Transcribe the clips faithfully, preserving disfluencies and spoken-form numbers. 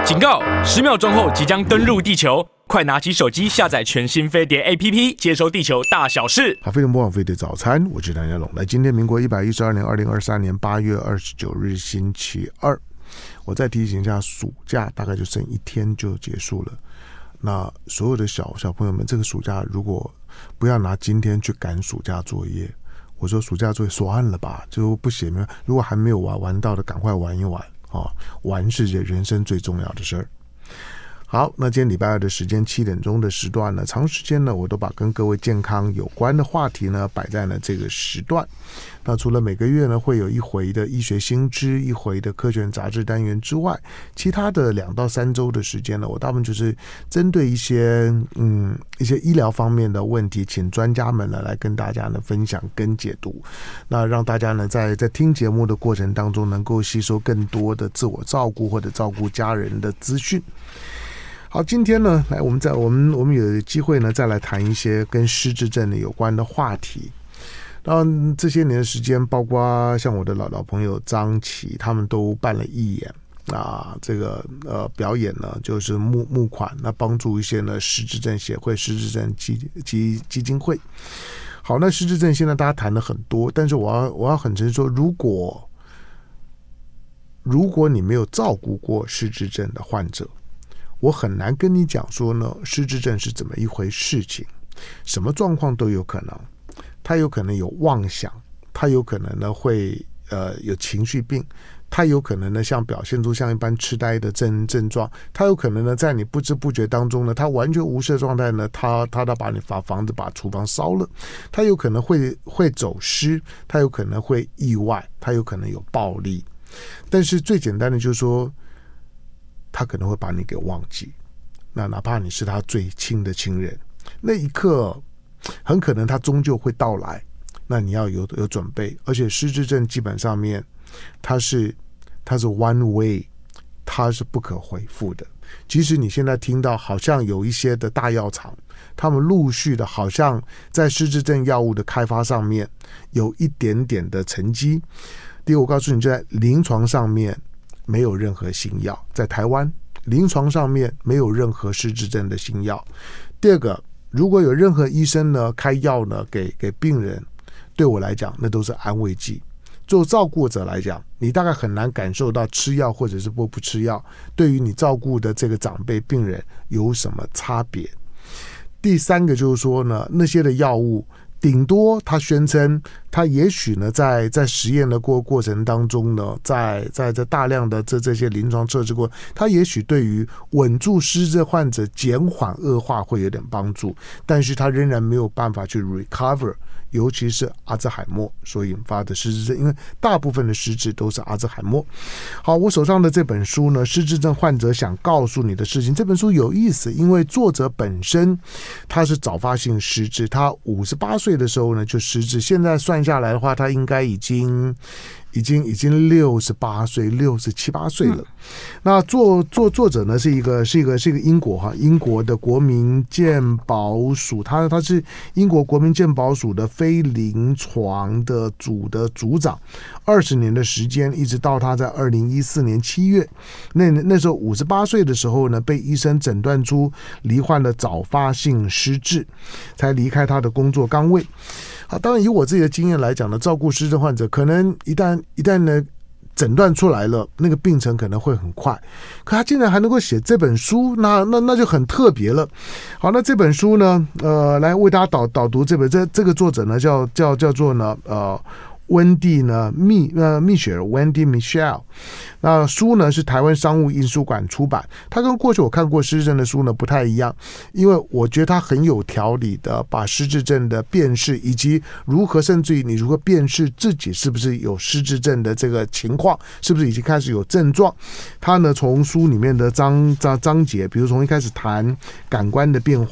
警告！十秒钟后即将登陆地球，快拿起手机下载全新飞碟 A P P， 接收地球大小事。 好，飞碟播放飞碟早餐，我是谭家龙。来，今天民国一百一十二年二零二三年八月二十九日星期二，我再提醒一下，暑假大概就剩一天就结束了。那所有的小小朋友们，这个暑假如果不要拿今天去赶暑假作业，我说暑假作业算了吧，就不写。如果还没有玩玩到的，赶快玩一玩啊！玩是人生最重要的事儿。好，那今天礼拜二的时间七点钟的时段呢，长时间呢我都把跟各位健康有关的话题呢摆在了这个时段。那除了每个月呢会有一回的医学新知，一回的科学杂志单元之外，其他的两到三周的时间呢，我大部分就是针对一些嗯一些医疗方面的问题，请专家们呢来跟大家呢分享跟解读，那让大家呢在在听节目的过程当中能够吸收更多的自我照顾或者照顾家人的资讯。好，今天呢，来我们在我们我们有机会呢，再来谈一些跟失智症有关的话题。然后这些年的时间，包括像我的老老朋友张琪，他们都办了义演啊，这个呃表演呢，就是募募款，那帮助一些呢失智症协会、失智症基基基金会。好，那失智症现在大家谈的很多，但是我要我要很诚实说，如果如果你没有照顾过失智症的患者，我很难跟你讲说呢，失智症是怎么一回事情，什么状况都有可能。他有可能有妄想，他有可能呢会呃有情绪病，他有可能呢像表现出像一般痴呆的症症状，他有可能呢在你不知不觉当中呢，他完全无视的状态呢，他他他把你把房子把厨房烧了，他有可能会会走失，他有可能会意外，他有可能有暴力，但是最简单的就是说，他可能会把你给忘记，那哪怕你是他最亲的亲人，那一刻很可能他终究会到来，那你要有有准备。而且失智症基本上面它是它是 one way， 它是不可回复的。即使你现在听到好像有一些的大药厂，他们陆续的好像在失智症药物的开发上面有一点点的成绩。第一，我告诉你，在临床上面没有任何新药，在台湾临床上面没有任何失智症的新药。第二个，如果有任何医生呢开药呢给给病人，对我来讲那都是安慰剂。做照顾者来讲，你大概很难感受到吃药或者是不不吃药对于你照顾的这个长辈病人有什么差别。第三个就是说呢，那些的药物顶多他宣称他也许呢在在实验的过过程当中呢，在在这大量的这这些临床测试过，他也许对于稳住失智患者减缓恶化会有点帮助，但是他仍然没有办法去 recover， 尤其是阿兹海默所引发的失智症，因为大部分的失智都是阿兹海默。好，我手上的这本书呢，失智症患者想告诉你的事情，这本书有意思，因为作者本身他是早发性失智，他五十八岁的时候呢就失智，现在算下来的话，他应该已经已经已经六十八岁、六十七八岁了。嗯、那作作作者呢是一个是一个是一个英国哈英国的国民健保署，他他是英国国民健保署的非临床的组的组长，二十年的时间，一直到他在二零一四年七月，那那时候五十八岁的时候呢，被医生诊断出罹患了早发性失智，才离开他的工作岗位。好，当然以我自己的经验来讲呢，照顾失智患者可能一旦一旦呢诊断出来了，那个病程可能会很快，可他竟然还能够写这本书，那那那就很特别了。好，那这本书呢，呃，来为大家导导读这本，这这个作者呢叫叫叫做呢呃。温蒂呢密呃密雪儿 Wendy Michelle， 那书呢是台湾商务印书馆出版。他跟过去我看过失智症的书呢不太一样，因为我觉得他很有条理的把失智症的辨识以及如何，甚至于你如何辨识自己是不是有失智症的这个情况，是不是已经开始有症状。他呢从书里面的章章章节，比如从一开始谈感官的变化。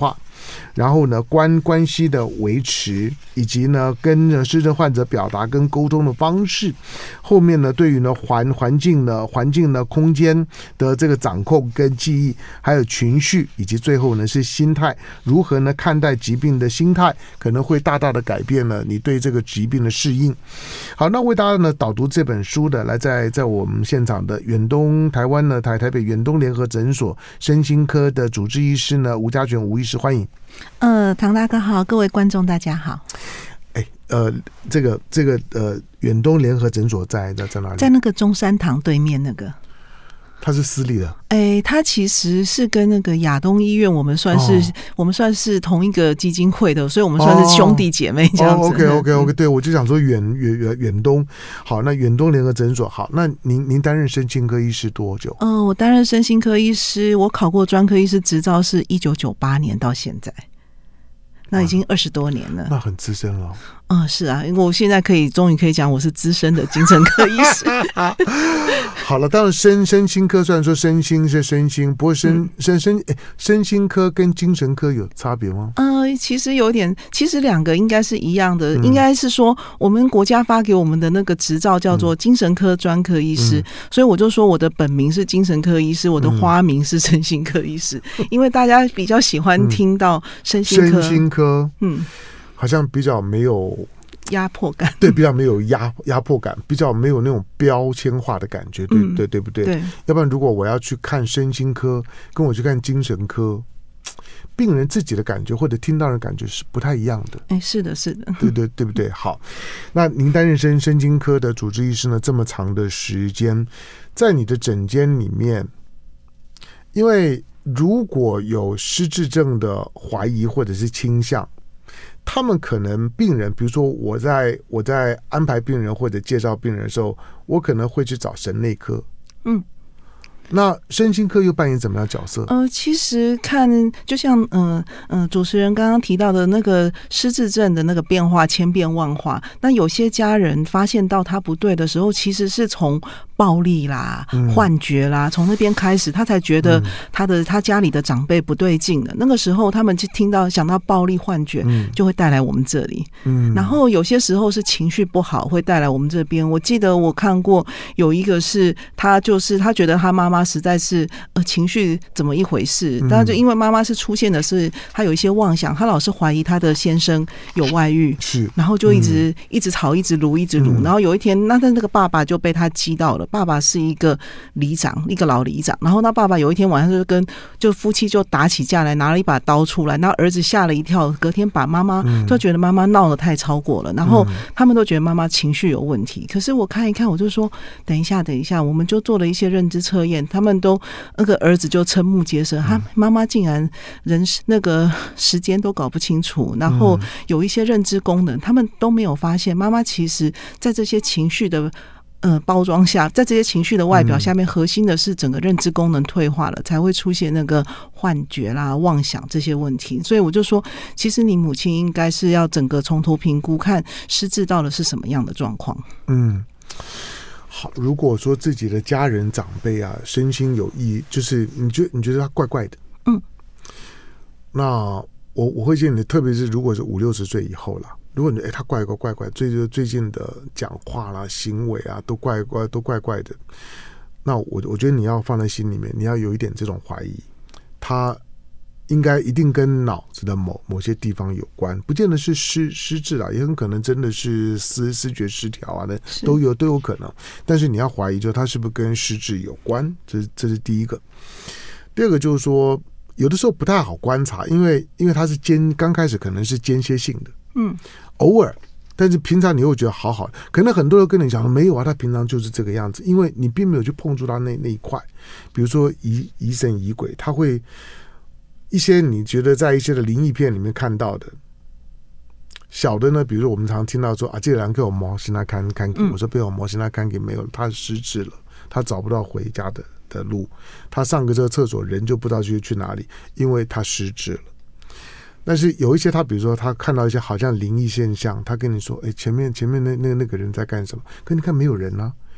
然后呢关关系的维持，以及呢跟呢失智患者表达跟沟通的方式，后面呢对于呢环环境呢环境呢空间的这个掌控跟记忆，还有情绪，以及最后呢是心态，如何呢看待疾病的心态，可能会大大的改变了你对这个疾病的适应。好，那为大家呢导读这本书的，来在在我们现场的远东台湾呢台台北远东联合诊所身心科的主治医师呢吴嘉全吴医师，欢迎。 呃，唐大哥好，各位观众大家好。 哎，呃，这个这个呃远东联合诊所在在在哪里？ 在那个中山堂对面那个。 它是私立的， 哎，它其实是跟那个亚东医院，我们算是、哦、我们算是同一个基金会的，所以我们算是兄弟姐妹这样子。 哦、OK OK OK， 对，我就想说远远远远东，好，那远东联合诊所，好，那您您担任身心科医师多久？ 嗯、呃，我担任身心科医师，我考过专科医师执照是一九九八年到现在。那已经二十多年了、啊， 那很资深了。 嗯，是啊，因为我现在可以终于可以讲我是资深的精神科医师。 好了，当然身身心科虽然说身心是身心，不过身、嗯、身身诶身心科跟精神科有差别吗？ 呃，其实有点，其实两个应该是一样的，嗯、应该是说我们国家发给我们的那个执照叫做精神科专科医师，嗯、所以我就说我的本名是精神科医师，我的花名是身心科医师，嗯、因为大家比较喜欢听到身心科。 身心科，嗯，好像比较没有压迫感， 对，比较没有压压迫感，比较没有那种标签化的感觉，对、嗯、对对不对？对，要不然如果我要去看身心科，跟我去看精神科，病人自己的感觉或者听到的感觉是不太一样的。 哎，是的，是的， 对对对不对？好，那您担任身身心科的主治医师呢，这么长的时间，在你的诊间里面，因为如果有失智症的怀疑或者是倾向，他们可能病人，比如说我在我在安排病人或者介绍病人的时候，我可能会去找神内科，嗯。那身心科又扮演怎么样的角色？ 呃，其实看就像嗯嗯、呃、主持人刚刚提到的那个失智症的那个变化千变万化，那有些家人发现到他不对的时候，其实是从暴力啦、嗯、幻觉啦，从那边开始，他才觉得他的、嗯、他家里的长辈不对劲了。那个时候他们就听到想到暴力幻觉，嗯、就会带来我们这里。嗯，然后有些时候是情绪不好，会带来我们这边。我记得我看过有一个是他就是他觉得他妈妈实在是呃情绪怎么一回事，但就因为妈妈是出现的是他有一些妄想，他老是怀疑他的先生有外遇， 是， 然后就一直、嗯、一直吵，一直撸，一直撸、嗯，然后有一天，那他那个爸爸就被他激到了。爸爸是一个里长，一个老里长，然后那爸爸有一天晚上就跟就夫妻就打起架来，拿了一把刀出来，然后儿子吓了一跳，隔天把妈妈就觉得妈妈闹得太超过了，然后他们都觉得妈妈情绪有问题。可是我看一看，我就说等一下，等一下，我们就做了一些认知测验，他们都那个儿子就瞠目结舌，他妈妈竟然人那个时间都搞不清楚，然后有一些认知功能，他们都没有发现妈妈其实在这些情绪的。呃，包装下，在这些情绪的外表下面，核心的是整个认知功能退化了，才会出现那个幻觉啦、妄想这些问题。所以我就说，其实你母亲应该是要整个从头评估，看失智到的是什么样的状况。嗯， 好。如果说自己的家人长辈啊，身心有异，就是你觉你觉得他怪怪的，嗯，那我我会建议你，特别是如果是五六十岁以后啦。如果你哎他怪怪怪怪，最最近的讲话啦、行为啊都怪怪都怪怪的，那我我觉得你要放在心里面，你要有一点这种怀疑，他应该一定跟脑子的某某些地方有关，不见得是失失智啦，也很可能真的是思思觉失调啊的，都有都有可能。但是你要怀疑，就他是不是跟失智有关，这是这是第一个。第二个就是说，有的时候不太好观察，因为因为它是间刚开始可能是间歇性的。嗯，偶尔，但是平常你会觉得好好，可能很多人跟你讲说没有啊，他平常就是这个样子，因为你并没有去碰触到那那一块，比如说疑疑神疑鬼，他会一些你觉得在一些的灵异片里面看到的，小的呢，比如说我们常听到说啊，这个人给我毛现在看看给，我说被我毛现在看给没有了，他失智了，他找不到回家的的路，他上个这个厕所人就不知道去去哪里，因为他失智了。但是有一些他比如说他看到一些好像灵异现象，他跟你说哎，前面前面那那那个人在干什么，可你看没有人啊，嗯，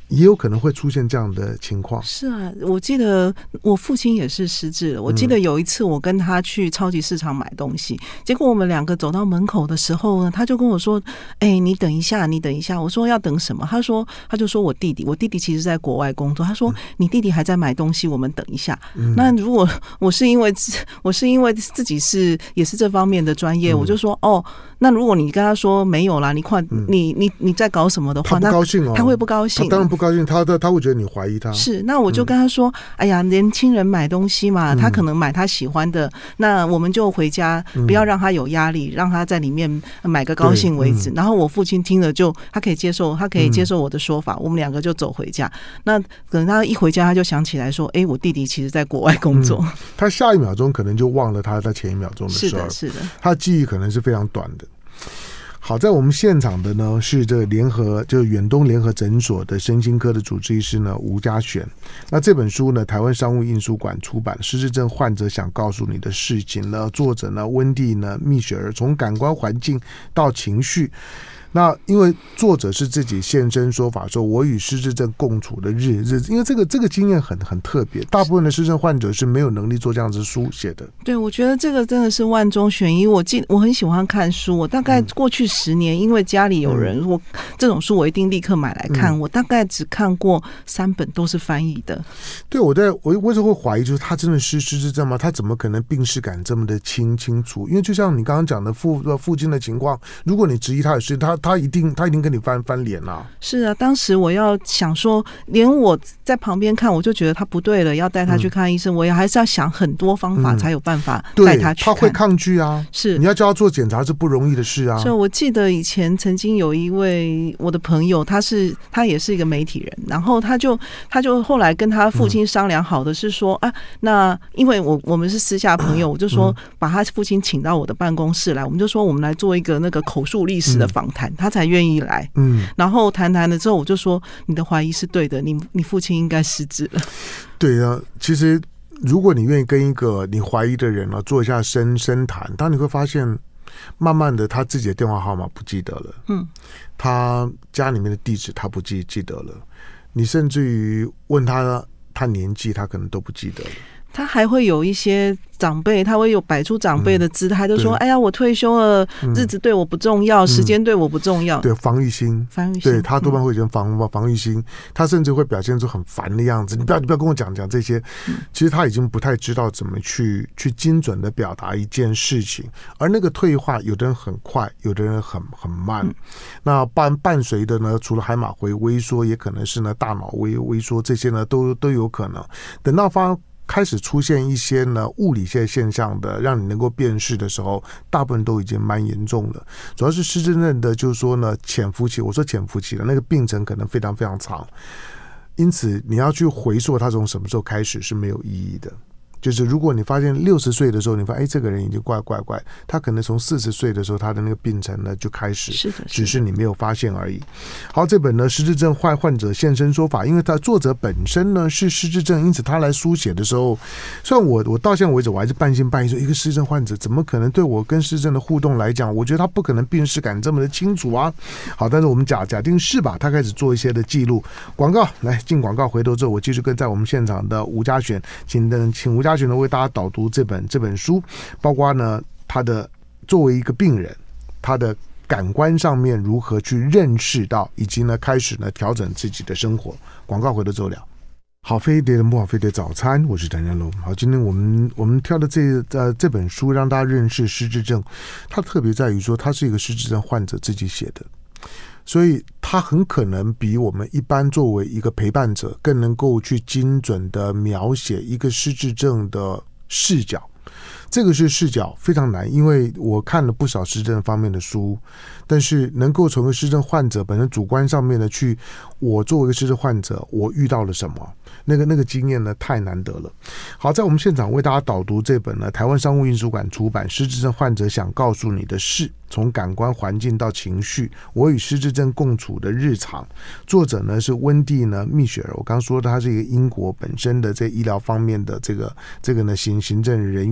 也有可能会出现这样的情况。 是啊，我记得我父亲也是失智了。我记得有一次我跟他去超级市场买东西，嗯、结果我们两个走到门口的时候呢，他就跟我说：“哎、欸，你等一下，你等一下。”我说要等什么？他说他就说我弟弟，我弟弟其实在国外工作。他说、嗯、你弟弟还在买东西，我们等一下。嗯、那如果我是因为我是因为自己是也是这方面的专业，嗯、我就说哦。那如果你跟他说没有啦，你快、嗯、你你你在搞什么的话， 他不高兴哦， 他会不高兴， 他当然不高兴，他他他会觉得你怀疑他。 是，那我就跟他说，嗯、哎呀，年轻人买东西嘛，他可能买他喜欢的，嗯、那我们就回家，不要让他有压力，嗯、让他在里面买个高兴为止。嗯、然后我父亲听了就，他可以接受，他可以接受我的说法，嗯、我们两个就走回家。那可能他一回家，他就想起来说，哎，我弟弟其实在国外工作。嗯、 他下一秒钟可能就忘了他在前一秒钟的事儿， 是的，是的， 他的记忆可能是非常短的。好，在我们现场的呢是这个联合，就是远东联合诊所的身心科的主治医师呢吴嘉璇。那这本书呢，台湾商务印书馆出版，失智症患者想告诉你的事情呢，作者呢温蒂呢蜜雪儿，从感官环境到情绪。那因为作者是自己现身说法，说我与失智症共处的日日，因为这个这个经验很很特别，大部分的失智症患者是没有能力做这样子书写的。 对，我觉得这个真的是万中选一。我记我很喜欢看书，我大概过去十年，嗯、因为家里有人，嗯、我这种书我一定立刻买来看。嗯、我大概只看过三本，都是翻译的。 对，我在我为什么会怀疑，就是他真的是失智症吗？他怎么可能病识感这么的清清楚？因为就像你刚刚讲的父父亲的情况，如果你质疑他的事，他他一定他一定跟你翻翻脸啊！是啊，当时我要想说，连我在旁边看，我就觉得他不对了，要带他去看医生，嗯、我也还是要想很多方法才有办法带他去看。 他会抗拒啊， 是你要叫他做检查是不容易的事啊。 所以我记得以前曾经有一位我的朋友，他是他也是一个媒体人，然后他就他就后来跟他父亲商量好的是说、嗯、啊，那因为我我们是私下朋友，我就说把他父亲请到我的办公室来，我们就说我们来做一个那个口述历史的访谈，嗯、他才愿意来。嗯，然后谈谈了之后，我就说你的怀疑是对的，你你父亲应该失智了。 对啊，其实如果你愿意跟一个你怀疑的人呢、啊、做一下深深谈，当你会发现，慢慢的他自己的电话号码不记得了，嗯，他家里面的地址他不记记得了，你甚至于问他他年纪，他可能都不记得了。 他还会有一些长辈，他会有摆出长辈的姿态，就说：“哎呀，我退休了，日子对我不重要，嗯、时间对我不重要。” 对，防御心， 防御心， 对他多半会有防防御心，他甚至会表现出很烦的样子。你不要，你不要跟我讲讲这些。嗯、其实他已经不太知道怎么去去精准的表达一件事情，而那个退化，有的人很快，有的人很很慢。嗯、那伴伴随的呢，除了海马回萎缩，也可能是呢大脑萎萎缩，这些呢都都有可能。等到发开始出现一些呢物理性现象的，让你能够辨识的时候，大部分都已经蛮严重了。主要是失智症的，就是说呢潜伏期，我说潜伏期了，那个病程可能非常非常长，因此你要去回溯它从什么时候开始是没有意义的。就是如果你发现六十岁的时候，你发现哎这个人已经怪怪怪，他可能从四十岁的时候他的那个病程呢就开始， 是的， 只是你没有发现而已。好，这本呢失智症患患者现身说法，因为他作者本身呢是失智症，因此他来书写的时候，虽然我我到现在为止我还是半信半疑，说一个失智症患者怎么可能对我跟失智症的互动来讲，我觉得他不可能病识感这么的清楚啊。好，但是我们假假定是吧，他开始做一些的记录。广告来进广告，回头之后我继续跟在我们现场的吴嘉璇，请请吴嘉璇呢为大家导读这本这本书，包括呢他的作为一个病人，他的感官上面如何去认识到，以及呢开始呢调整自己的生活。广告回头之后聊。好，飞碟的幕后飞碟早餐，我是谭家龙。好，今天我们我们挑的这呃这本书让大家认识失智症，它特别在于说，它是一个失智症患者自己写的。所以他很可能比我们一般作为一个陪伴者更能够去精准的描写一个失智症的视角。这个是视角非常难，因为我看了不少失智症方面的书，但是能够从一个失智症患者本身主观上面的去，我作为一个失智患者，我遇到了什么，那个那个经验呢太难得了。好，在我们现场为大家导读这本呢台湾商务印书馆出版《失智症患者想告诉你的事》，从感官环境到情绪，我与失智症共处的日常。作者呢是温蒂呢蜜雪儿，我刚说的他是一个英国本身的在医疗方面的这个这个呢行行政人员。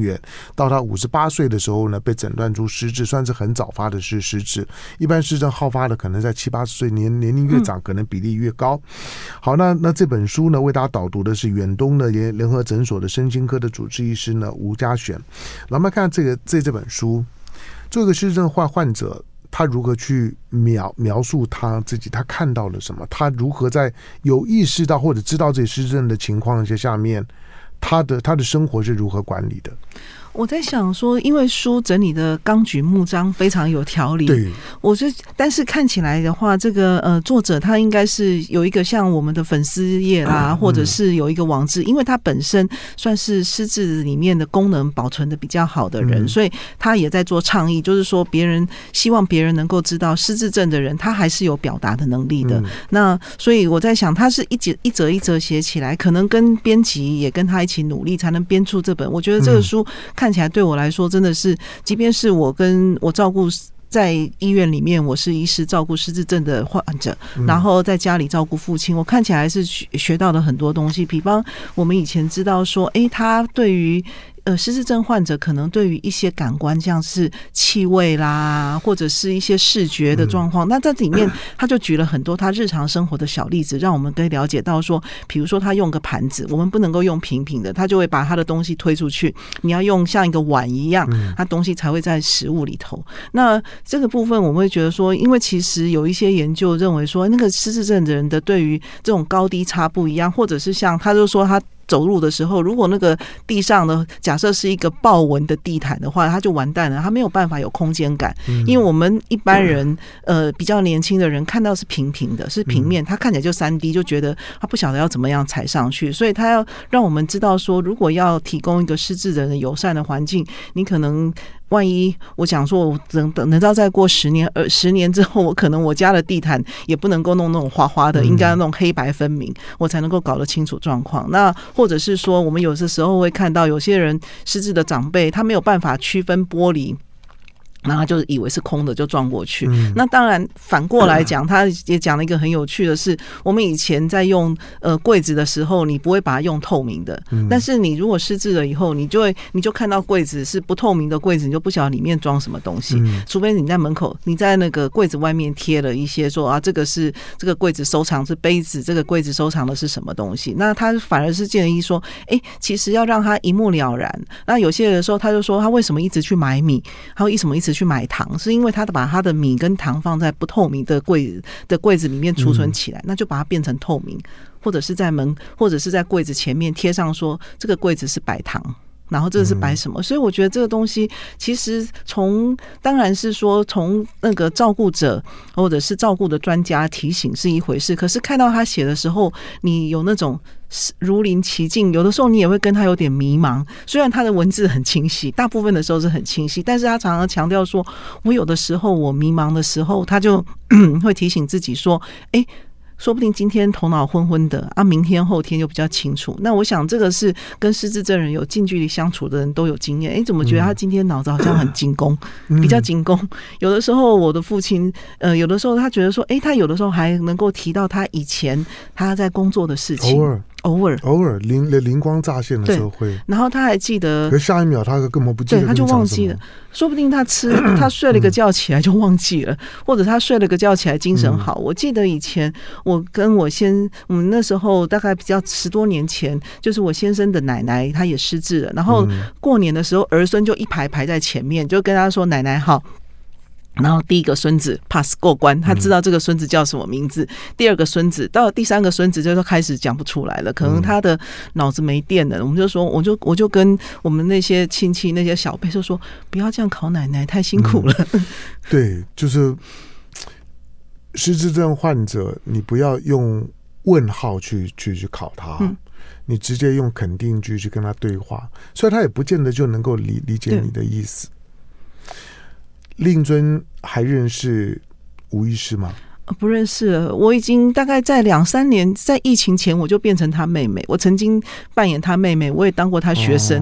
到他五十八岁的时候呢，被诊断出失智，算是很早发的失失智。一般失智症好发的可能在七八十岁，年年龄越长，可能比例越高。好，那那这本书呢，为大家导读的是远东的联联合诊所的身心科的主治医师呢吴嘉璇。那我们看这个这这本书，做一个失智症患患者，他如何去描描述他自己，他看到了什么，他如何在有意识到或者知道自己失智症的情况下面，他的他的生活是如何管理的。 我在想说，因为书整理的纲举目张，非常有条理。 对， 我是，但是看起来的话，这个呃作者他应该是有一个像我们的粉丝页啦，嗯、或者是有一个网志，因为他本身算是失智里面的功能保存的比较好的人，嗯、所以他也在做倡议，就是说别人希望别人能够知道失智症的人他还是有表达的能力的。嗯、那所以我在想，他是一节一则一则写起来，可能跟编辑也跟他一起努力，才能编出这本。我觉得这个书。嗯看起来对我来说真的是，即便是我跟我照顾在医院里面，我是医师照顾失智症的患者，然后在家里照顾父亲，我看起来是学到了很多东西。比方我们以前知道说，哎，他对于呃，失智症患者可能对于一些感官，像是气味啦，或者是一些视觉的状况，嗯、那在里面他就举了很多他日常生活的小例子，让我们可以了解到说，比如说他用个盘子，我们不能够用平平的，他就会把他的东西推出去，你要用像一个碗一样，他东西才会在食物里头。那这个部分我们会觉得说，因为其实有一些研究认为说，那个失智症的人的对于这种高低差不一样，或者是像他就说他。走路的时候，如果那个地上的假设是一个豹纹的地毯的话，他就完蛋了，他没有办法有空间感。嗯、因为我们一般人，呃，比较年轻的人看到是平平的，是平面，他看起来就三 D， 就觉得他不晓得要怎么样踩上去，所以他要让我们知道说，如果要提供一个失智人的友善的环境，你可能。万一我讲说，我等等，等到再过十年，呃，十年之后，我可能我家的地毯也不能够弄那种花花的，应该要弄黑白分明，我才能够搞得清楚状况。那或者是说，我们有的时候会看到有些人失智的长辈，他没有办法区分玻璃。然后他就以为是空的就撞过去、嗯、那当然反过来讲，他也讲了一个很有趣的是，我们以前在用呃柜子的时候，你不会把它用透明的、嗯、但是你如果失智了以后，你就会你就看到柜子是不透明的柜子，你就不晓得里面装什么东西、嗯、除非你在门口，你在那个柜子外面贴了一些说啊，这个是这个柜子收藏是杯子，这个柜子收藏的是什么东西，那他反而是建议说，哎，其实要让他一目了然。那有些的时候他就说，他为什么一直去买米，他为什么一直去买糖，是因为他把他的米跟糖放在不透明的柜的柜子里面储存起来、嗯、那就把它变成透明，或者是在门或者是在柜子前面贴上说这个柜子是摆糖，然后这是摆什么、嗯、所以我觉得这个东西其实从当然是说从那个照顾者或者是照顾的专家提醒是一回事，可是看到他写的时候，你有那种如临其境，有的时候你也会跟他有点迷茫，虽然他的文字很清晰，大部分的时候是很清晰，但是他常常强调说，我有的时候我迷茫的时候，他就会提醒自己说，哎，说不定今天头脑昏昏的啊，明天后天就比较清楚。那我想这个是跟失智症人有近距离相处的人都有经验。哎，怎么觉得他今天脑子好像很紧绷，嗯、比较紧绷？有的时候我的父亲，呃，有的时候他觉得说，哎，他有的时候还能够提到他以前他在工作的事情， 偶尔。 偶尔偶尔灵灵光乍现的时候会， 然后他还记得， 可是下一秒他根本不记得， 对，他就忘记了。说不定他吃他睡了个觉起来就忘记了，或者他睡了个觉起来精神好。嗯、我记得以前我跟我先，我们那时候大概比较十多年前，就是我先生的奶奶她也失智了，然后过年的时候儿孙就一排排在前面，就跟他说奶奶好。然后第一个孙子 pass 过关，他知道这个孙子叫什么名字。嗯、第二个孙子到第三个孙子就开始讲不出来了，可能他的脑子没电了。我们就说，我就我就跟我们那些亲戚那些小辈就说，不要这样考奶奶，太辛苦了。嗯、 对，就是失智症患者，你不要用问号去去去考他。嗯，你直接用肯定句去跟他对话，所以他也不见得就能够理理解你的意思。令尊还认识吴医师吗？ 不认识了，我已经大概在两三年，在疫情前我就变成他妹妹。我曾经扮演他妹妹，我也当过他学生，哦、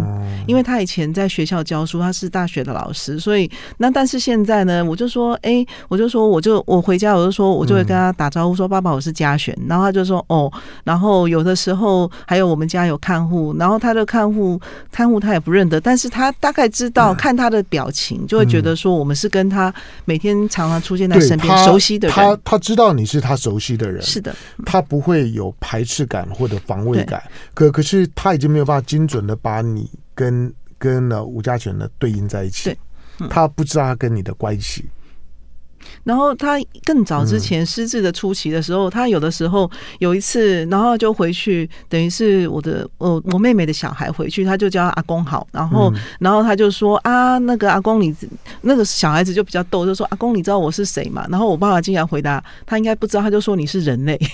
因为他以前在学校教书，他是大学的老师，所以那但是现在呢，我就说，哎、欸，我就说，我就我回家，我就说，我就会跟他打招呼说，爸爸，我是嘉璇，然后他就说，哦，然后有的时候还有我们家有看护，然后他的看护看护他也不认得，但是他大概知道，看他的表情就会觉得说，我们是跟他每天常常出现在身边熟悉的人， 他他知道你是他熟悉的人， 是的， 他不会有排斥感或者防卫感，可可是他已经没有办法精准的把你跟跟了吴嘉全呢对应在一起，嗯、他不知道他跟你的关系。 然后他更早之前失智的初期的时候，嗯、他有的时候有一次，然后就回去，等于是我的我我妹妹的小孩回去，他就叫他阿公好，然后、嗯、然后他就说啊，那个阿公你那个小孩子就比较逗，就说阿公你知道我是谁吗？然后我爸爸竟然回答他应该不知道，他就说你是人类。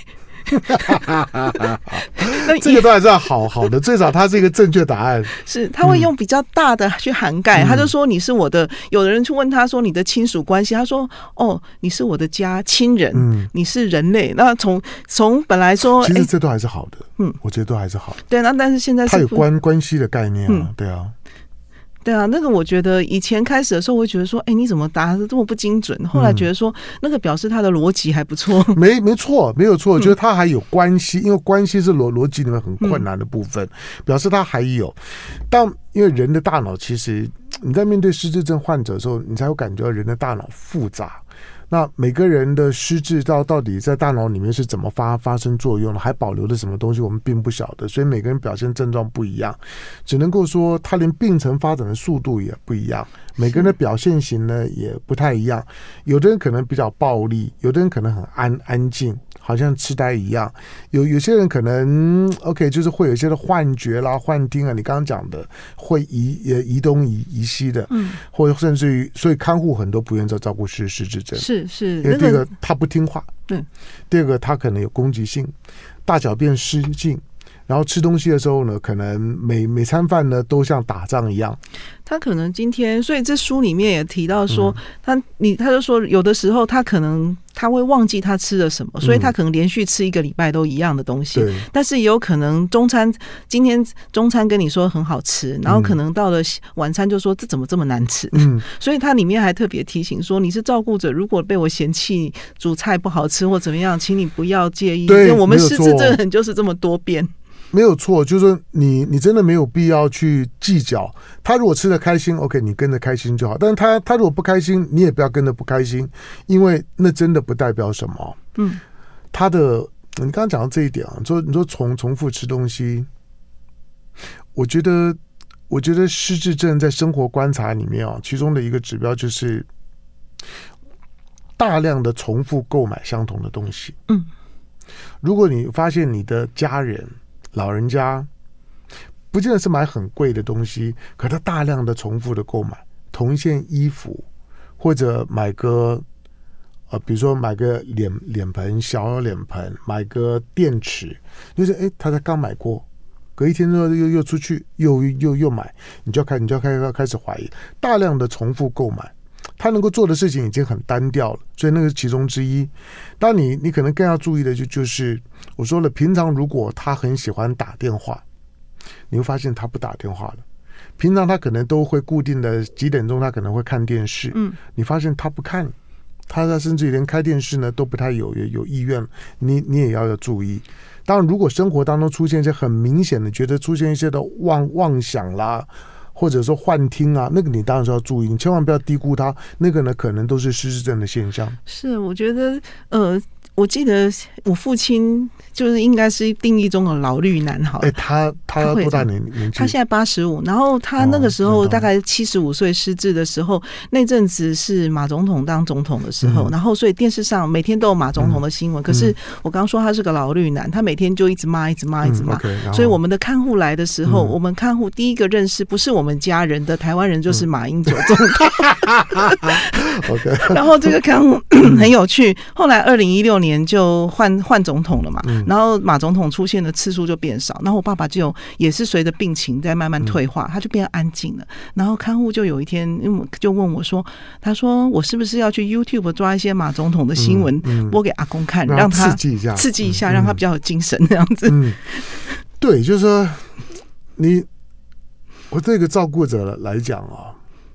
这个都还是好好的，最少它是一个正确答案。 是他会用比较大的去涵盖，嗯、他就说你是我的。有的人去问他说你的亲属关系，他说哦你是我的家亲人，嗯、你是人类。那从从本来说， 其实这都还是好的，嗯，我觉得都还是好的。 对，那但是现在是他有关关系的概念啊，嗯、对啊。 对啊，那个我觉得以前开始的时候，我会觉得说，哎，你怎么答的这么不精准？后来觉得说，那个表示他的逻辑还不错。 嗯、没没错，没有错，我觉得他还有关系，因为关系是逻逻辑里面很困难的部分，嗯、表示他还有。但因为人的大脑，其实你在面对失智症患者的时候，你才会感觉到人的大脑复杂。那每个人的失智到到底在大脑里面是怎么发发生作用的，还保留了什么东西，我们并不晓得，所以每个人表现症状不一样，只能够说他连病程发展的速度也不一样，每个人的表现型呢也不太一样，有的人可能比较暴力，有的人可能很安安静，好像痴呆一样，有有些人可能 OK 就是会有一些的幻觉啦、幻听啊，你刚刚讲的会移移东移移西的，嗯，或者甚至于，所以看护很多不愿意照顾失失智症， 是是， 因为第一个他不听话， 对， 第二个他可能有攻击性，大小便失禁。然后吃东西的时候呢，可能每每餐饭呢都像打仗一样。 他可能今天，所以这书里面也提到说，嗯、他你他就说，有的时候他可能他会忘记他吃了什么，嗯、所以他可能连续吃一个礼拜都一样的东西。但是也有可能中餐今天中餐跟你说很好吃，然后可能到了晚餐就说这怎么这么难吃。嗯，所以他里面还特别提醒说，你是照顾者，如果被我嫌弃煮菜不好吃或怎么样，请你不要介意，因为我们失智症人就是这么多变。 没有错，就是说你你真的没有必要去计较。他如果吃得开心 ，OK， 你跟着开心就好。但是他他如果不开心，你也不要跟着不开心，因为那真的不代表什么。嗯，他的你刚刚讲到这一点啊，你说你说重重复吃东西，我觉得我觉得失智症在生活观察里面啊，其中的一个指标就是大量的重复购买相同的东西。嗯，如果你发现你的家人老人家不见得是买很贵的东西，可他大量的重复的购买同一件衣服，或者买个呃，比如说买个脸脸盆小脸盆，买个电池，就是哎，他才刚买过，隔一天之后又又出去又又又买，你就要开你就要开开始怀疑，大量的重复购买。他能够做的事情已经很单调了，所以那个是其中之一。当然你你可能更要注意的就就是我说了，平常如果他很喜欢打电话，你会发现他不打电话了。平常他可能都会固定的几点钟他可能会看电视，嗯，你发现他不看，他甚至于连开电视呢都不太有有意愿，你你也要要注意。当然如果生活当中出现一些很明显的觉得出现一些的妄妄想啦，或者说幻听啊，那个你当然是要注意，你千万不要低估它，那个呢可能都是失智症的现象。 是，我觉得呃，我记得我父亲就是应该是定义中的老绿男，好了。 哎，他他多大年年纪？ 他现在八十五，然后他那个时候大概七十五岁失智的时候，那阵子是马总统当总统的时候，嗯、然后所以电视上每天都有马总统的新闻。嗯、可是我刚刚说他是个老绿男，他每天就一直骂，一直骂，一直骂。嗯 okay, 所以我们的看护来的时候，嗯、我们看护第一个认识不是我们家人的台湾人，就是马英九总统。 okay, 然后这个看护很有趣，后来二零一六年就换换总统了嘛，嗯、然后马总统出现的次数就变少，然后我爸爸就也是随着病情在慢慢退化，嗯、他就变安静了。然后看护就有一天就问我说：“他说我是不是要去 YouTube 抓一些马总统的新闻，嗯嗯、播给阿公看，让他刺激一下， 刺激一下，嗯、让他比较有精神这样子。” 嗯，对，就是说你。 我对一个照顾者来讲啊，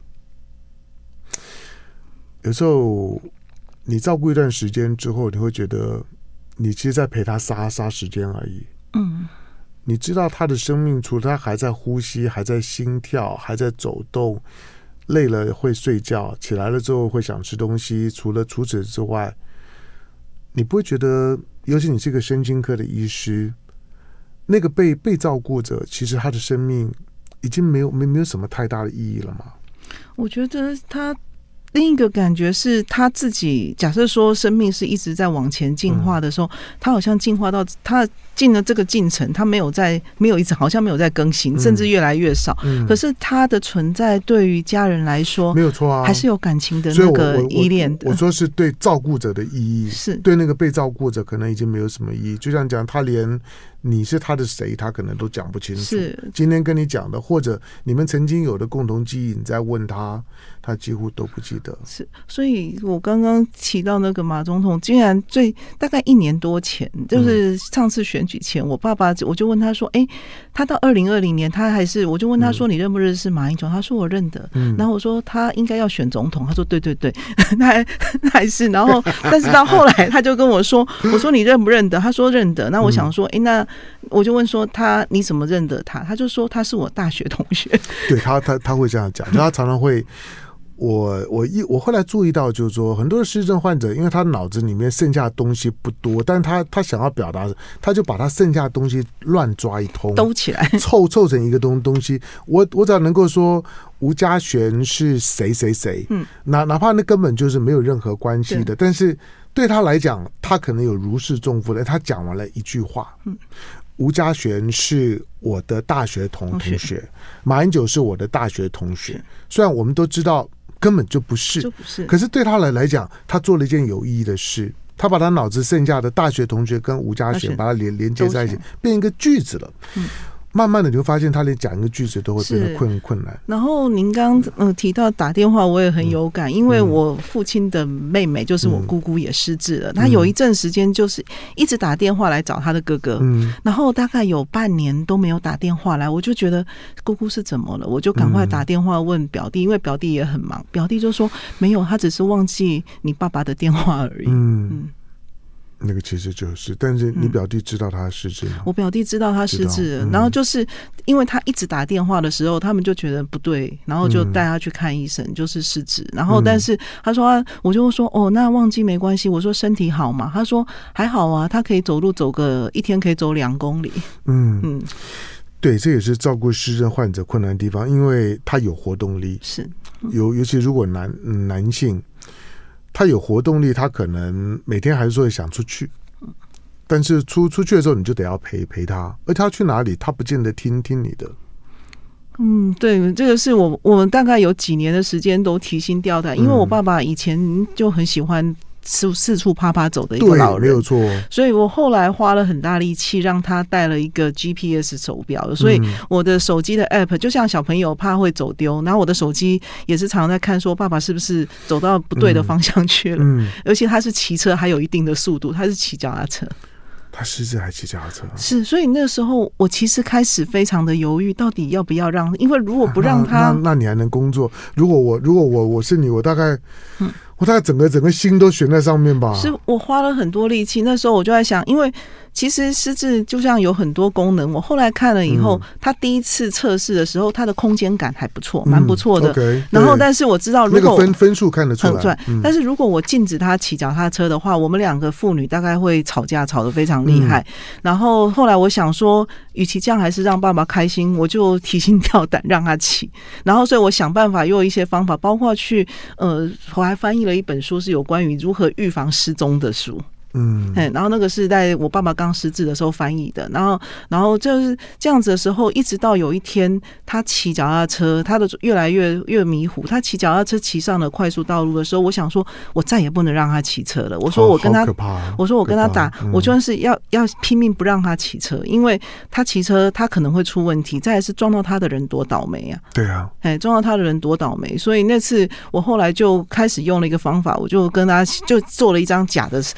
有时候你照顾一段时间之后，你会觉得你其实在陪他杀杀时间而已。 嗯， 你知道他的生命，除了他还在呼吸，还在心跳，还在走动，累了会睡觉，起来了之后会想吃东西，除了除此之外，你不会觉得，尤其你是一个身心科的医师，那个被被照顾者，其实他的生命已经没有没没有什么太大的意义了吗？ 我觉得他另一个感觉是他自己，假设说生命是一直在往前进化的时候，嗯、他好像进化到他进了这个进程，他没有在没有一直好像没有在更新，嗯、甚至越来越少。嗯、可是他的存在对于家人来说没有错啊，还是有感情的那个依恋的。 我, 我, 我说是对照顾者的意义，是对那个被照顾者可能已经没有什么意义。就像讲，他连你是他的谁，他可能都讲不清楚。是今天跟你讲的，或者你们曾经有的共同记忆，你在问他，他几乎都不记得。 是，所以我刚刚提到那个马总统，竟然最大概一年多前，就是上次选举前，我爸爸我就问他说：“哎、欸，他到二零二零年，他还是……我就问他说，你认不认识马英九？他说我认得。嗯、然后我说他应该要选总统，他说对对对，他还他还是。然后，但是到后来他就跟我说，我说你认不认得？他说认得。那我想说，哎、欸，那我就问说他你怎么认得他？他就说他是我大学同学。 对他他他会这样讲，就他常常会。我我一我后来注意到，就是说很多的失智症患者，因为他脑子里面剩下的东西不多，但是他他想要表达的，他就把他剩下的东西乱抓一通， 兜起来， 凑凑成一个东东西。我我只要能够说吴嘉璇是谁谁谁，嗯，哪哪怕那根本就是没有任何关系的，但是对他来讲，他可能有如释重负的。他讲完了一句话，嗯。吴嘉璇是我的大学同同学，马英九是我的大学同学。虽然我们都知道根本就不是，就不是，可是对他来来讲，他做了一件有意义的事。他把他脑子剩下的大学同学跟吴嘉璇把它连连接在一起，变一个句子了。嗯，慢慢的你会发现，他连讲一个句子都会变得困困难。 然后您刚呃提到打电话，我也很有感，嗯、因为我父亲的妹妹就是我姑姑也失智了，嗯、她有一阵时间就是一直打电话来找她的哥哥，嗯、然后大概有半年都没有打电话来，我就觉得姑姑是怎么了，我就赶快打电话问表弟，因为表弟也很忙，表弟就说没有，他只是忘记你爸爸的电话而已。嗯。嗯那个其实就是，但是你表弟知道他失智吗？ 嗯、我表弟知道他失智了，嗯、然后就是因为他一直打电话的时候，他们就觉得不对，然后就带他去看医生，嗯、就是失智。然后但是他说他，我就说哦，那忘记没关系。我说身体好吗？他说还好啊，他可以走路走个一天可以走两公里。嗯嗯， 对，这也是照顾失智患者困难的地方，因为他有活动力， 是尤尤其如果男、嗯、男性。他有活动力，他可能每天还是说想出去，但是出出去的时候你就得要陪陪他，而他去哪里，他不见得听听你的。 嗯，对，这个是我我们大概有几年的时间都提心吊胆，因为我爸爸以前就很喜欢四四处啪啪走的一个老人， 对，没有错。 所以我后来花了很大力气让他带了一个 G P S 手表，所以我的手机的 app 就像小朋友怕会走丢，然后我的手机也是常常在看说爸爸是不是走到不对的方向去了，嗯嗯、而且他是骑车还有一定的速度，他是骑脚踏车。 他失智还骑脚踏车？ 是，所以那时候我其实开始非常的犹豫，到底要不要让，因为如果不让他， 啊、那, 那, 那你还能工作？如果我如果我我是你，我大概，嗯。我大概整个整个心都悬在上面吧。 是我花了很多力气，那时候我就在想，因为其实失智就像有很多功能，我后来看了以后，嗯、他第一次测试的时候，他的空间感还不错，蛮不错的。 嗯 okay, 然后，但是我知道如果那个分分数看得出来， 嗯、但是如果我禁止他骑脚踏车的话，我们两个父女大概会吵架，吵得非常厉害。嗯、然后后来我想说，与其这样，还是让爸爸开心，我就提心吊胆让他骑。然后，所以我想办法用一些方法，包括去呃，我还翻译了一本书，是有关于如何预防失踪的书。嗯，然后那个是在我爸爸刚失智的时候翻译的，然后，然后就是这样子的时候，一直到有一天他骑脚踏车，他的越来越越迷糊，他骑脚踏车骑上了快速道路的时候，我想说，我再也不能让他骑车了。我说我跟他，我说我跟他打，嗯、我就算是要要拼命不让他骑车，因为他骑车他可能会出问题，再来是撞到他的人多倒霉啊！ 对啊， 哎，撞到他的人多倒霉，所以那次我后来就开始用了一个方法，我就跟他就做了一张假的。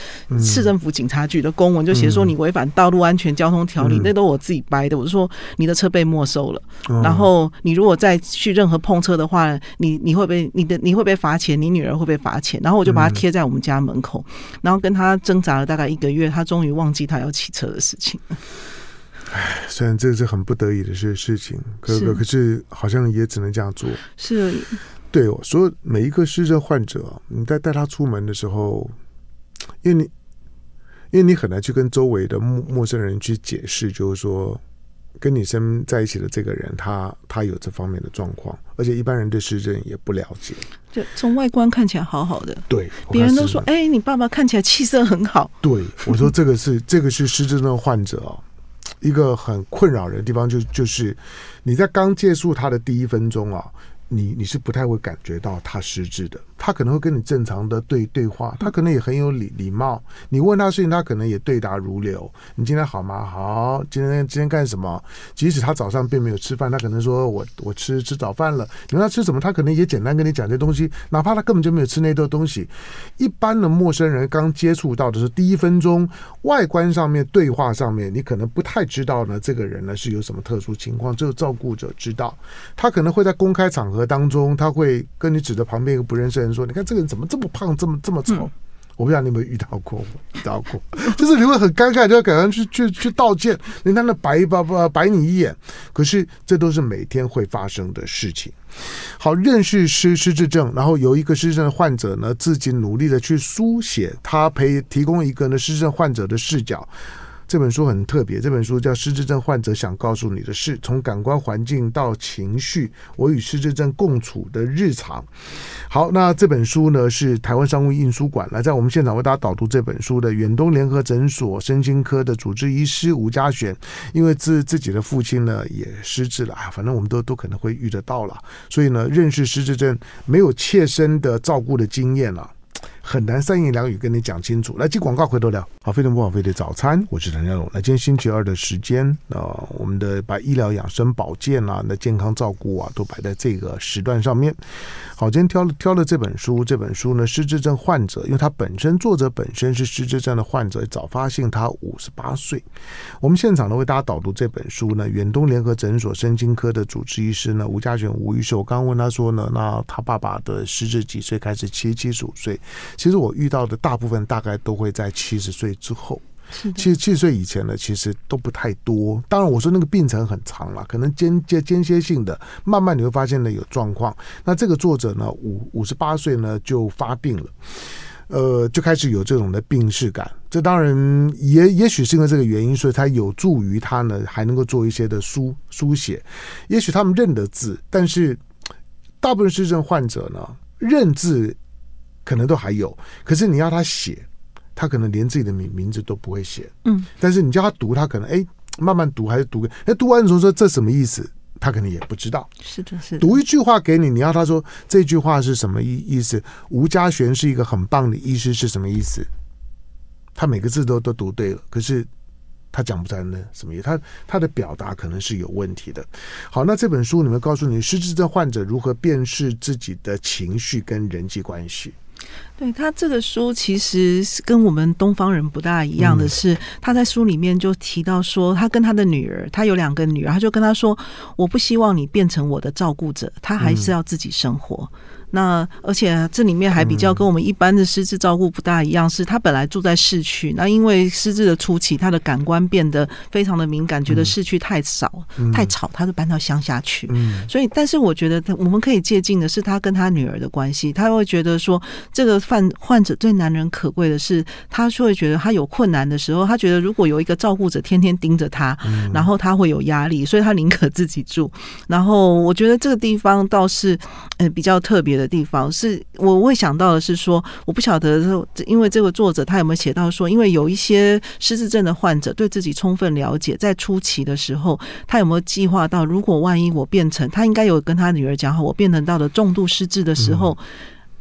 市政府警察局的公文就写说你违反道路安全交通条例，嗯、那都我自己掰的。我就说你的车被没收了，嗯、然后你如果再去任何碰车的话，你你会被你的你会被罚钱，你女儿会被罚钱。然后我就把它贴在我们家门口，嗯、然后跟他挣扎了大概一个月，他终于忘记他要骑车的事情。 唉，虽然这是很不得已的事事情，可是可是好像也只能这样做。 是， 对哦，所有每一个失智患者，你在带他出门的时候，因为你因为你很难去跟周围的陌陌生人去解释，就是说跟你生在一起的这个人，他他有这方面的状况，而且一般人对失智也不了解。 就从外观看起来好好的， 对， 别人都说，哎、欸，你爸爸看起来气色很好。 对，我说这个是这个是失智症患者哦。一个很困扰人的地方就就是你在刚接触他的第一分钟啊，你你是不太会感觉到他失智的，他可能会跟你正常的对对话，他可能也很有礼礼貌，你问他事情他可能也对答如流。你今天好吗？好，今天今天干什么？即使他早上并没有吃饭，他可能说我我吃吃早饭了。你问他吃什么，他可能也简单跟你讲这东西，哪怕他根本就没有吃那顿东西。一般的陌生人刚接触到的是第一分钟，外观上面对话上面，你可能不太知道呢这个人呢是有什么特殊情况，只有照顾者知道。他可能会在公开场合当中，他会跟你指着旁边一个不认识的人说，你看这个人怎么这么胖，这么这么丑、嗯、我不知道你有没有遇到过遇到过就是你会很尴尬，就要赶快去去去道歉，人家那白白白你一眼，可是这都是每天会发生的事情。好，认识失失智症，然后有一个失智症患者呢自己努力的去书写，他陪提供一个呢失智症患者的视角。这本书很特别，这本书叫《失智症患者想告诉你的事》，从感官环境到情绪，我与失智症共处的日常。好，那这本书呢是台湾商务印书馆来在我们现场为大家导读这本书的远东联合诊所身心科的主治医师吴嘉璇，因为自自己的父亲呢也失智了，反正我们都都可能会遇得到了，所以呢认识失智症没有切身的照顾的经验了，很难三言两语跟你讲清楚。来接广告回头聊。好，非常不枉费的早餐，我是陈家龙。来，今天星期二的时间，呃，我们的把医疗养生保健啊，那健康照顾啊，都摆在这个时段上面。好，今天挑了挑了这本书，这本书呢，失智症患者，因为他本身作者本身是失智症的患者，早发性他五十八岁。我们现场呢为大家导读这本书呢，远东联合诊所身心科的主治医师呢吴嘉璇吴医师，我刚刚问他说呢，那他爸爸的失智几岁开始？七七十五岁。其实我遇到的大部分大概都会在七十岁之后。七十七岁以前呢，其实都不太多。当然，我说那个病程很长了，可能间接间歇性的，慢慢你会发现呢有状况。那这个作者呢，五五十八岁呢就发病了，呃，就开始有这种的病识感。这当然也也许是因为这个原因，所以才有助于他呢还能够做一些的书书写。也许他们认得字，但是大部分失智症患者呢认字可能都还有，可是你要他写，他可能连自己的名名字都不会写，嗯，但是你叫他读，他可能哎慢慢读，还是读，哎读完的时候说这什么意思，他可能也不知道。 是的，是的。 读一句话给你，你要他说这句话是什么意意思？吴嘉璇是一个很棒的医师是什么意思？他每个字都都读对了，可是他讲不出来呢什么意思？他他的表达可能是有问题的。好，那这本书里面告诉你失智症患者如何辨识自己的情绪跟人际关系。 对，他这个书其实跟我们东方人不大一样的是，嗯、他在书里面就提到说，他跟他的女儿，他有两个女儿，他就跟他说，我不希望你变成我的照顾者，他还是要自己生活。嗯那而且这里面还比较跟我们一般的失智照顾不大一样，是他本来住在市区，那因为失智的初期，他的感官变得非常的敏感，觉得市区太少、嗯、太吵，他就搬到乡下去。嗯、所以，但是我觉得我们可以借鉴的是他跟他女儿的关系，他会觉得说，这个患患者最难能可贵的是，他就会觉得他有困难的时候，他觉得如果有一个照顾者天天盯着他，嗯、然后他会有压力，所以他宁可自己住。然后我觉得这个地方倒是呃比较特别的。的地方是我会想到的是说，我不晓得因为这个作者他有没有写到说，因为有一些失智症的患者对自己充分了解，在初期的时候他有没有计划到，如果万一我变成，他应该有跟他女儿讲好，我变成到了重度失智的时候，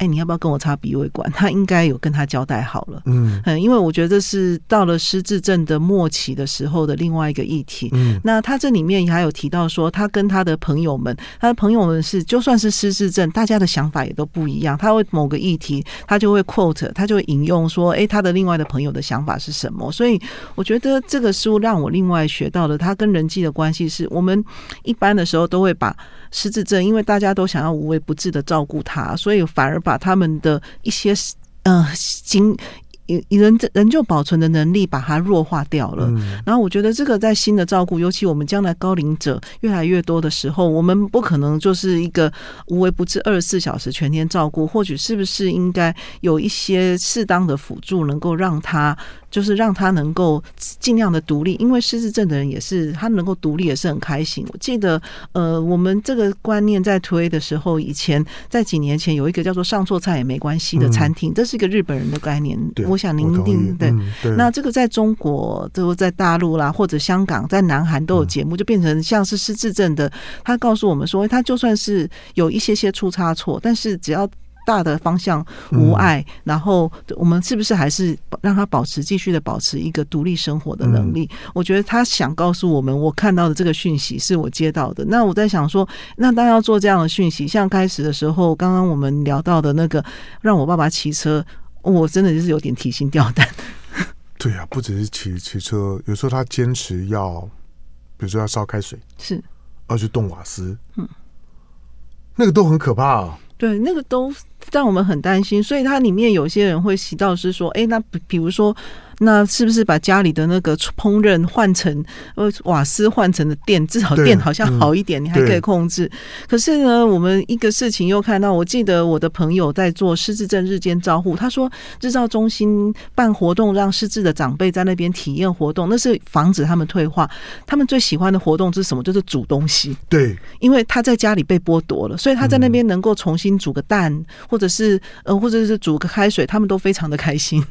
哎，你要不要跟我插鼻胃管？他应该有跟他交代好了。 嗯嗯，因为我觉得这是到了失智症的末期的时候的另外一个议题。 嗯， 那他这里面还有提到说，他跟他的朋友们，他的朋友们是就算是失智症，大家的想法也都不一样。他会某个议题，他就会 quote， 他就会引用说，哎，他的另外的朋友的想法是什么？所以我觉得这个书让我另外学到的，他跟人际的关系是，我们一般的时候都会把失智症，因为大家都想要无微不至的照顾他，所以反而把他们的一些呃经人人就保存的能力把它弱化掉了。 嗯， 然后我觉得这个在新的照顾，尤其我们将来高龄者越来越多的时候，我们不可能就是一个无微不至二十四小时全天照顾，或许是不是应该有一些适当的辅助，能够让他就是让他能够尽量的独立，因为失智症的人也是他能够独立也是很开心。我记得呃，我们这个观念在推的时候，以前在几年前有一个叫做上错菜也没关系的餐厅，嗯、这是一个日本人的概念，我想您一定 对,、嗯、对。那这个在中国都在大陆啦，或者香港在南韩都有节目，就变成像是失智症的，他告诉我们说，他就算是有一些些出差错，但是只要大的方向无碍、嗯、然后我们是不是还是让他保持继续的保持一个独立生活的能力、嗯、我觉得他想告诉我们，我看到的这个讯息是我接到的。那我在想说，那当然要做这样的讯息，像开始的时候刚刚我们聊到的那个让我爸爸骑车，我真的就是有点提心吊胆。 对啊，不只是骑骑车，有时候他坚持要比如说要烧开水，是要去动瓦斯，嗯，那个都很可怕啊。 对，那个都让我们很担心，所以它里面有些人会提到是说，哎，那比如说，那是不是把家里的那个烹饪换成呃瓦斯换成的电，至少电好像好一点，你还可以控制。可是呢，我们一个事情又看到，我记得我的朋友在做失智症日间照护，他说日照中心办活动，让失智的长辈在那边体验活动，那是防止他们退化。他们最喜欢的活动是什么？就是煮东西。对，因为他在家里被剥夺了，所以他在那边能够重新煮个蛋，嗯、或者是呃，或者是煮个开水，他们都非常的开心。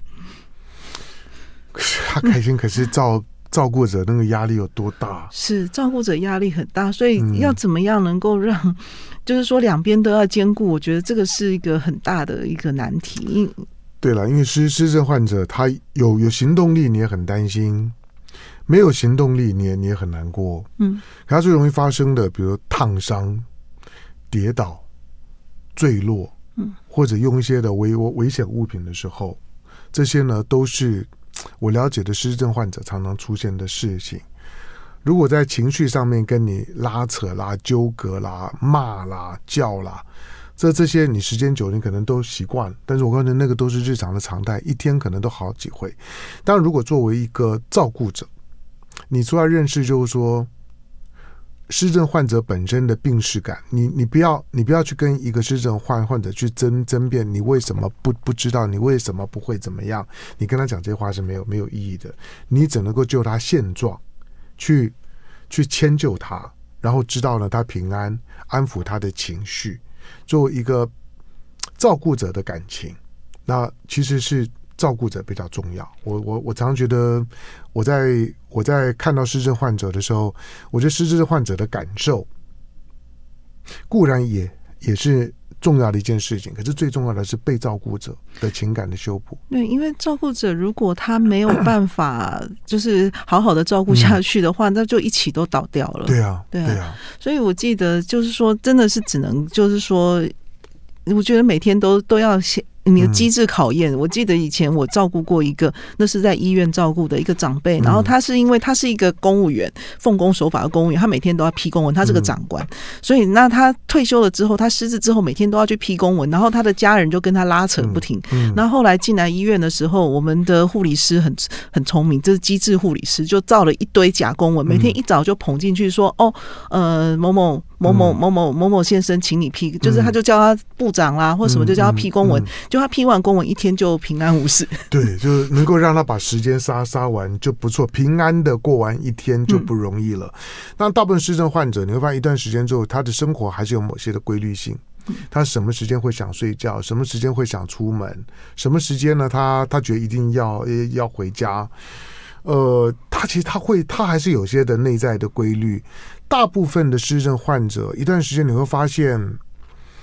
他开心，可是照照顾者那个压力有多大？ 是照顾者压力很大，所以要怎么样能够让，嗯、就是说两边都要兼顾，我觉得这个是一个很大的一个难题。 对了，因为失失智患者他有有行动力，你也很担心；没有行动力，你也你也很难过。嗯，可他最容易发生的，比如烫伤、跌倒、坠落，嗯，或者用一些的危危险物品的时候，这些呢都是我了解的失智症患者常常出现的事情。如果在情绪上面跟你拉扯啦、纠葛啦、骂啦、叫啦，这这些你时间久你可能都习惯，但是我告诉你，那个都是日常的常态，一天可能都好几回。当然如果作为一个照顾者，你除了认识就是说失智症患者本身的病识感，你你不要你不要去跟一个失智症患患者去争争辩，你为什么不不知道，你为什么不会怎么样？你跟他讲这些话是没有没有意义的，你只能够就他现状，去去迁就他，然后知道呢他平安，安抚他的情绪，作为一个照顾者的感情，那其实是照顾者比较重要。我我我常觉得，我在我在看到失智症患者的时候，我觉得失智症患者的感受固然也也是重要的一件事情，可是最重要的是被照顾者的情感的修补。 对，因为照顾者如果他没有办法就是好好的照顾下去的话，嗯、那就一起都倒掉了。 对啊， 对啊， 对啊。 所以我记得就是说，真的是只能就是说，我觉得每天都都要先。你的机制考验、嗯、我记得以前我照顾过一个，那是在医院照顾的一个长辈，然后他是因为他是一个公务员，奉公守法的公务员，他每天都要批公文，他是个长官、嗯、所以那他退休了之后，他失智之后每天都要去批公文，然后他的家人就跟他拉扯不停、嗯嗯、然后后来进来医院的时候，我们的护理师很很聪明，这是机智护理师，就造了一堆假公文，每天一早就捧进去说、嗯、哦呃某某某某某某某某先生请你批，就是他就叫他部长啦或什么，就叫他批公文、嗯嗯嗯、就他批完公文一天就平安无事。 对，就能够让他把时间杀杀完就不错，平安的过完一天就不容易了。嗯、那大部分失智症患者你会发现一段时间之后，他的生活还是有某些的规律性，他什么时间会想睡觉，什么时间会想出门，什么时间呢他他觉得一定要要回家，呃他其实他会他还是有些的内在的规律。大部分的失智症患者一段时间你会发现他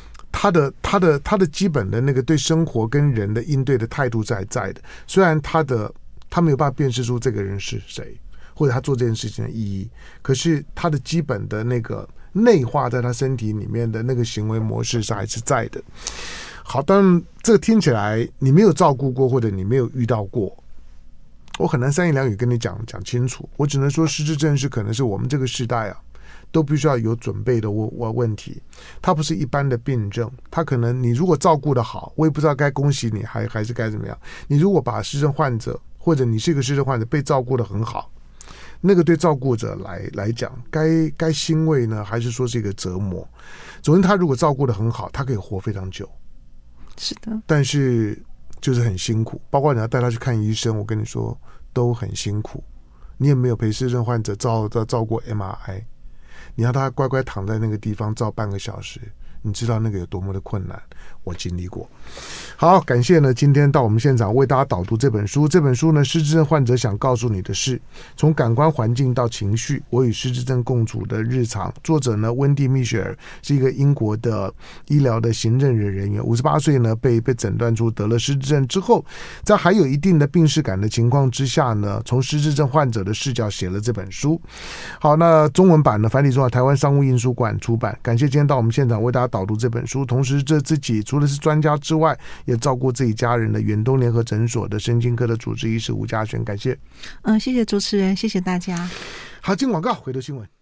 他的他的他的基本的那个对生活跟人的应对的态度是还在的，虽然他的他没有办法辨识出这个人是谁，或者他做这件事情的意义，可是他的基本的那个内化在他身体里面的那个行为模式是还是在的。好，当然这个听起来你没有照顾过，或者你没有遇到过，我很难三言两语跟你讲讲清楚。我只能说，失智症是可能是我们这个时代啊都必须要有准备的问问题。它不是一般的病症，它可能你如果照顾得好，我也不知道该恭喜你还还是该怎么样。你如果把失智症患者，或者你是一个失智症患者被照顾得很好，那个对照顾者来来讲，该该欣慰呢，还是说是一个折磨？总之，他如果照顾得很好，他可以活非常久。 是的，但是就是很辛苦，包括你要带他去看医生，我跟你说都很辛苦。你也没有陪失智症患者照照照过 M R I， 你要他乖乖躺在那个地方照半个小时，你知道那个有多么的困难，我经历过。好，感谢呢今天到我们现场为大家导读这本书。这本书呢，失智症患者想告诉你的是，从感官环境到情绪，我与失智症共处的日常。作者呢，温蒂·密雪尔是一个英国的医疗的行政人员，五十八岁呢被被诊断出得了失智症之后，在还有一定的病识感的情况之下呢，从失智症患者的视角写了这本书。好，那中文版呢，繁体中文台湾商务印书馆出版。感谢今天到我们现场为大家导读这本书，同时这自己除了是专家之外，也照顾自己家人的远东联合诊所的神经科的主治医师吴嘉璇。感谢。 嗯，谢谢主持人，谢谢大家。 好，进广告，回头新闻。